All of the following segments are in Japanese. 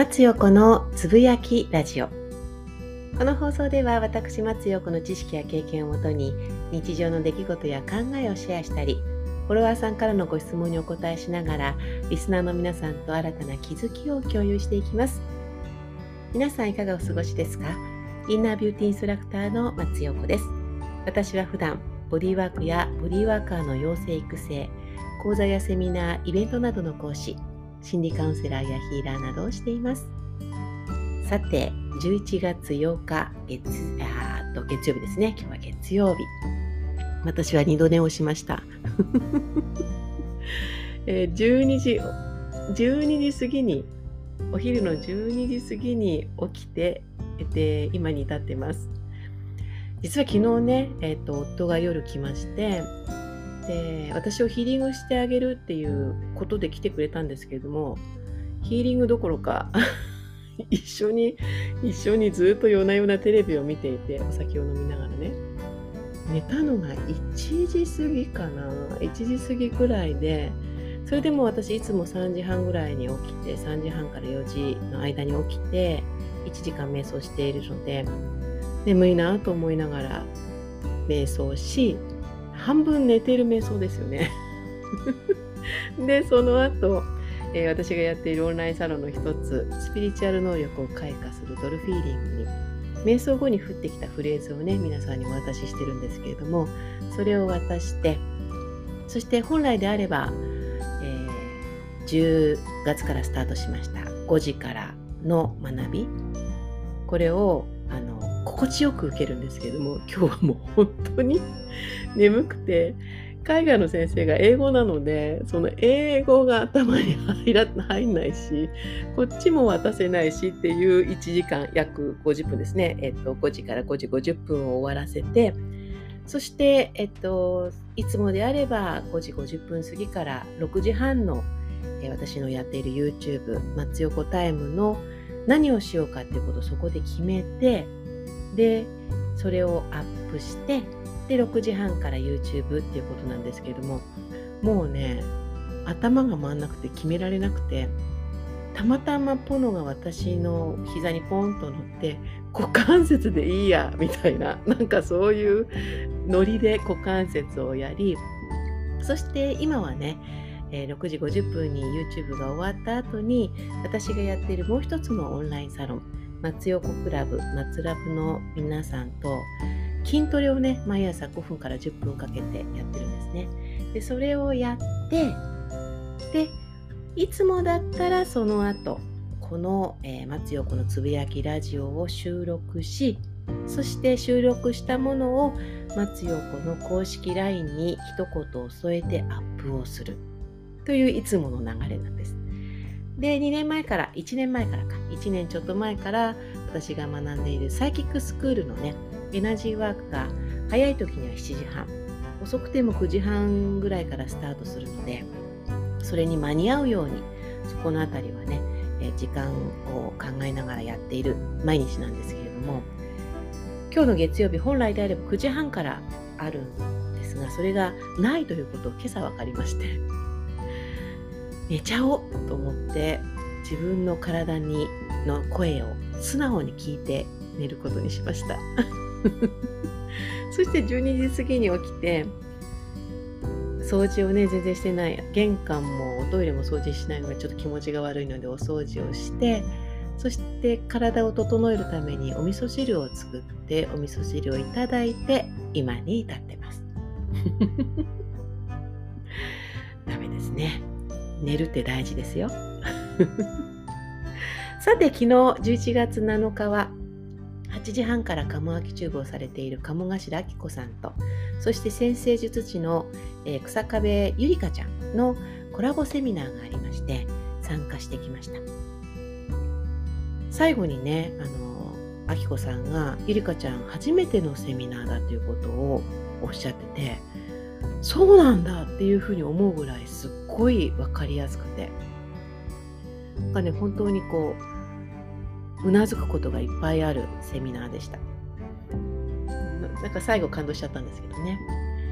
松代子のつぶやきラジオ。この放送では私松代子の知識や経験をもとに日常の出来事や考えをシェアしたり、フォロワーさんからのご質問にお答えしながらリスナーの皆さんと新たな気づきを共有していきます。皆さんいかがお過ごしですか？インナービューティーインストラクターの松代子です。私は普段ボディワークやボディワーカーの養成育成、講座やセミナー、イベントなどの講師、心理カウンセラーやヒーラーなどをしています。さて、11月8日月曜日ですね。今日は月曜日。私は2度寝をしました。12時過ぎに、お昼の12時過ぎに起きて、今に至ってます。実は昨日ね、夫が夜来まして、で私をヒーリングしてあげるっていうことで来てくれたんですけれども、ヒーリングどころか一緒にずっと夜な夜なテレビを見ていて、お酒を飲みながらね、寝たのが1時過ぎかな、1時過ぎくらいで、それでも私いつも3時半ぐらいに起きて、3時半から4時の間に起きて1時間瞑想しているので、眠いなと思いながら瞑想し、半分寝ている瞑想ですよね。で、その後、私がやっているオンラインサロンの一つ、スピリチュアル能力を開花するドルフィーリングに、瞑想後に降ってきたフレーズをね、皆さんにお渡ししてるんですけれども、それを渡して、そして本来であれば、10月からスタートしました5時からの学び、これを心地よく受けるんですけれども、今日はもう本当に眠くて、海外の先生が英語なので、その英語が頭に入んないし、こっちも渡せないしっていう1時間、約50分ですね。5時から5時50分を終わらせて、そして、いつもであれば5時50分過ぎから6時半の、私のやっている YouTube、松代子タイムの何をしようかっていうことをそこで決めて、で、それをアップして、で、6時半から YouTube っていうことなんですけれども、もうね、頭が回んなくて決められなくて、たまたまポノが私の膝にポンと乗って、股関節でいいや、みたいな、なんかそういうノリで股関節をやり、そして今はね、6時50分に YouTube が終わった後に、私がやっているもう一つのオンラインサロン、松代子クラブ、松ラブの皆さんと筋トレをね、毎朝5分から10分かけてやってるんですね。で、それをやって、で、いつもだったらその後、この、松代子のつぶやきラジオを収録し、そして収録したものを松代子の公式 LINE に一言を添えてアップをするといういつもの流れなんです。で、1年ちょっと前から私が学んでいるサイキックスクールのね、エナジーワークが早い時には7時半、遅くても9時半ぐらいからスタートするので、それに間に合うように、そこのあたりはね、時間を考えながらやっている毎日なんですけれども、今日の月曜日、本来であれば9時半からあるんですが、それがないということを今朝分かりまして、寝ちゃおうと思って自分の体の声を素直に聞いて寝ることにしました。そして12時過ぎに起きて、掃除をね全然してない、玄関もおトイレも掃除しないのがちょっと気持ちが悪いのでお掃除をして、そして体を整えるためにお味噌汁を作って、お味噌汁をいただいて今に至ってます。ダメですね。寝るって大事ですよ。さて、昨日11月7日は8時半から鴨秋チューブをされている鴨頭明子さんと、そして先生術師の草壁ゆりかちゃんのコラボセミナーがありまして、参加してきました。最後にね、明子さんがゆりかちゃん初めてのセミナーだということをおっしゃってて、そうなんだっていうふうに思うぐらいすっごい分かりやすくて、なんかね、本当にこうなずくことがいっぱいあるセミナーでした。なんか最後感動しちゃったんですけどね。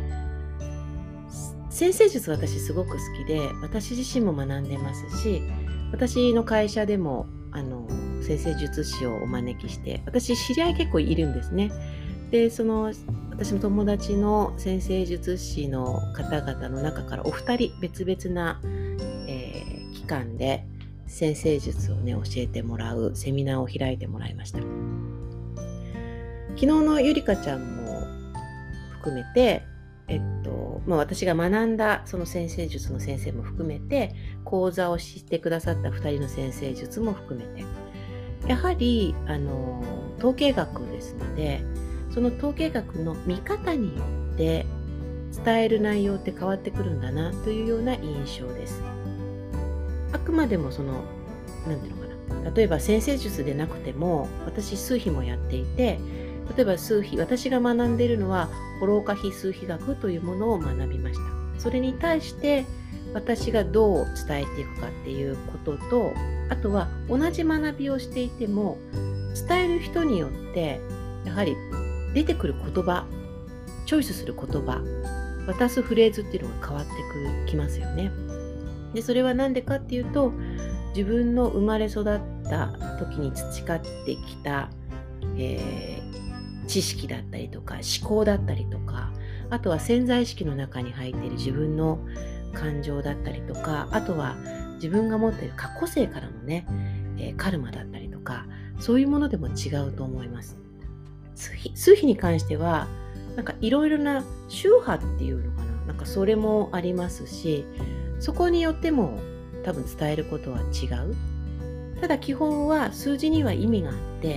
先生術私すごく好きで、私自身も学んでますし、私の会社でも先生術師をお招きして、私知り合い結構いるんですね。で私の友達の先生術師の方々の中からお二人別々な、期間で先生術をね教えてもらうセミナーを開いてもらいました。昨日のゆりかちゃんも含めて、私が学んだその先生術の先生も含めて、講座をしてくださった2人の先生術も含めて、やはり統計学ですので、その統計学の見方によって伝える内容って変わってくるんだなというような印象です。あくまでもなんていうのかな、例えば先生術でなくても、私数秘もやっていて、例えば数秘、私が学んでいるのはホローカヒ数秘学というものを学びました。それに対して私がどう伝えていくかっていうことと、あとは同じ学びをしていても伝える人によってやはり出てくる言葉、チョイスする言葉、渡すフレーズっていうのが変わってきますよね。でそれは何でかっていうと、自分の生まれ育った時に培ってきた、知識だったりとか思考だったりとか、あとは潜在意識の中に入っている自分の感情だったりとか、あとは自分が持っている過去世からのね、カルマだったりとか、そういうものでも違うと思います。数秘に関してはなんかいろいろな宗派っていうのかな、なんかそれもありますし、そこによっても多分伝えることは違う。ただ基本は数字には意味があって、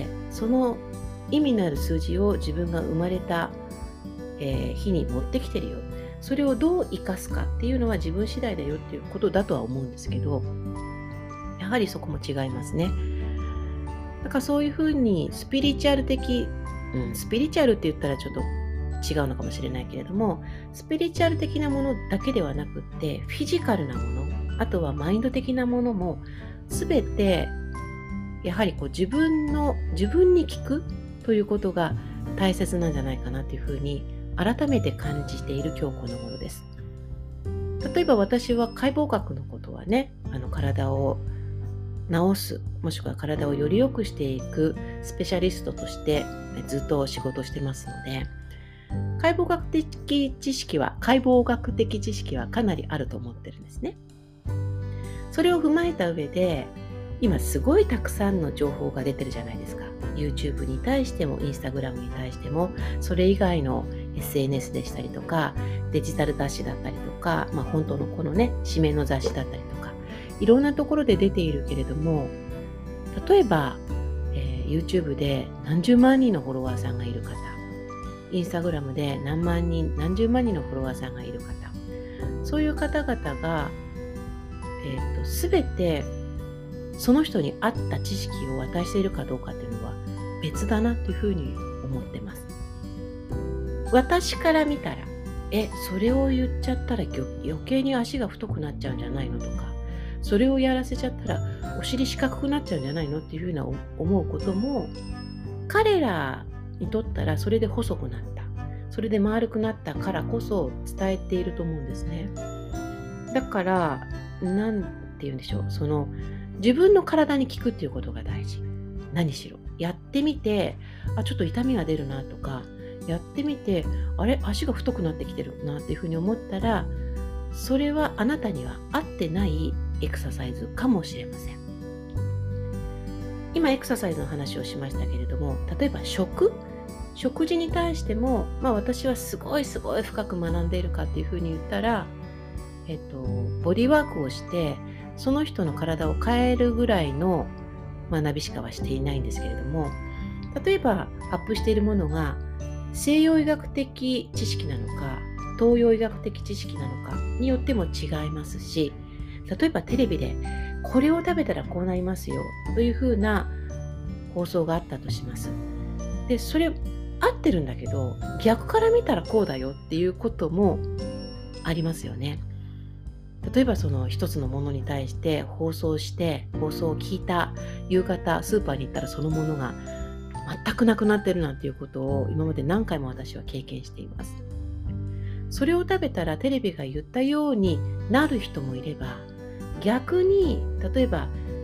その意味のある数字を自分が生まれた、日に持ってきてるよ。それをどう生かすかっていうのは自分次第だよっていうことだとは思うんですけど、やはりそこも違いますね。だからそういうふうにスピリチュアル的、スピリチュアルって言ったらちょっと違うのかもしれないけれども、スピリチュアル的なものだけではなくって、フィジカルなもの、あとはマインド的なものも全てやはり自分に聞くということが大切なんじゃないかなというふうに改めて感じている今日この頃です。例えば私は解剖学のことはね、体を治す、もしくは体をより良くしていくスペシャリストとしてずっと仕事してますので、解剖学的知識はかなりあると思ってるんですね。それを踏まえた上で、今すごいたくさんの情報が出てるじゃないですか。YouTube に対しても Instagram に対しても、それ以外の SNS でしたりとか、デジタル雑誌だったりとか、本当のこのね、紙面の雑誌だったりとか、いろんなところで出ているけれども、例えば、YouTube で何十万人のフォロワーさんがいる方、Instagram で何十万人のフォロワーさんがいる方、そういう方々が、全てその人に合った知識を渡しているかどうかっていうのは別だなというふうに思ってます。私から見たら、それを言っちゃったら余計に足が太くなっちゃうんじゃないのとか、それをやらせちゃったらお尻四角くなっちゃうんじゃないのっていうふうな思うことも、彼らにとったらそれで細くなった、それで丸くなったからこそ伝えていると思うんですね。だからなんて言うんでしょう、自分の体に効くっていうことが大事。何しろやってみて、ちょっと痛みが出るなとか、やってみて足が太くなってきてるなっていうふうに思ったら、それはあなたには合ってないエクササイズかもしれません。今エクササイズの話をしましたけれども、例えば食事に対しても、私はすごい深く学んでいるかっていうふうに言ったら、ボディワークをしてその人の体を変えるぐらいの学びしかはしていないんですけれども、例えばアップしているものが西洋医学的知識なのか東洋医学的知識なのかによっても違いますし、例えばテレビでこれを食べたらこうなりますよというふうな放送があったとします。でそれ合ってるんだけど、逆から見たらこうだよっていうこともありますよね。例えば一つのものに対して放送を聞いた夕方スーパーに行ったらそのものが全くなくなってるなんていうことを今まで何回も私は経験しています。それを食べたらテレビが言ったようになる人もいれば、逆に例えば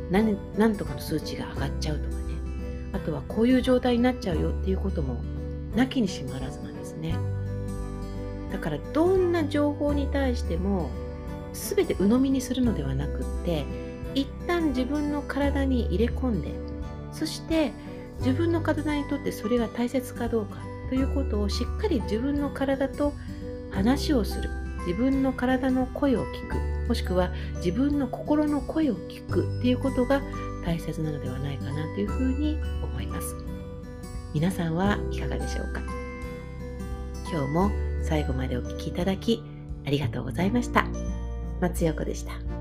なんとかの数値が上がっちゃうとかね、あとはこういう状態になっちゃうよっていうこともなきにしもあらずなんですね。だからどんな情報に対しても全て鵜呑みにするのではなくって、一旦自分の体に入れ込んで、そして自分の体にとってそれが大切かどうかということをしっかり自分の体と話をする、自分の体の声を聞く、もしくは自分の心の声を聞くっていうことが大切なのではないかなというふうに思います。皆さんはいかがでしょうか。今日も最後までお聞きいただきありがとうございました。松代子でした。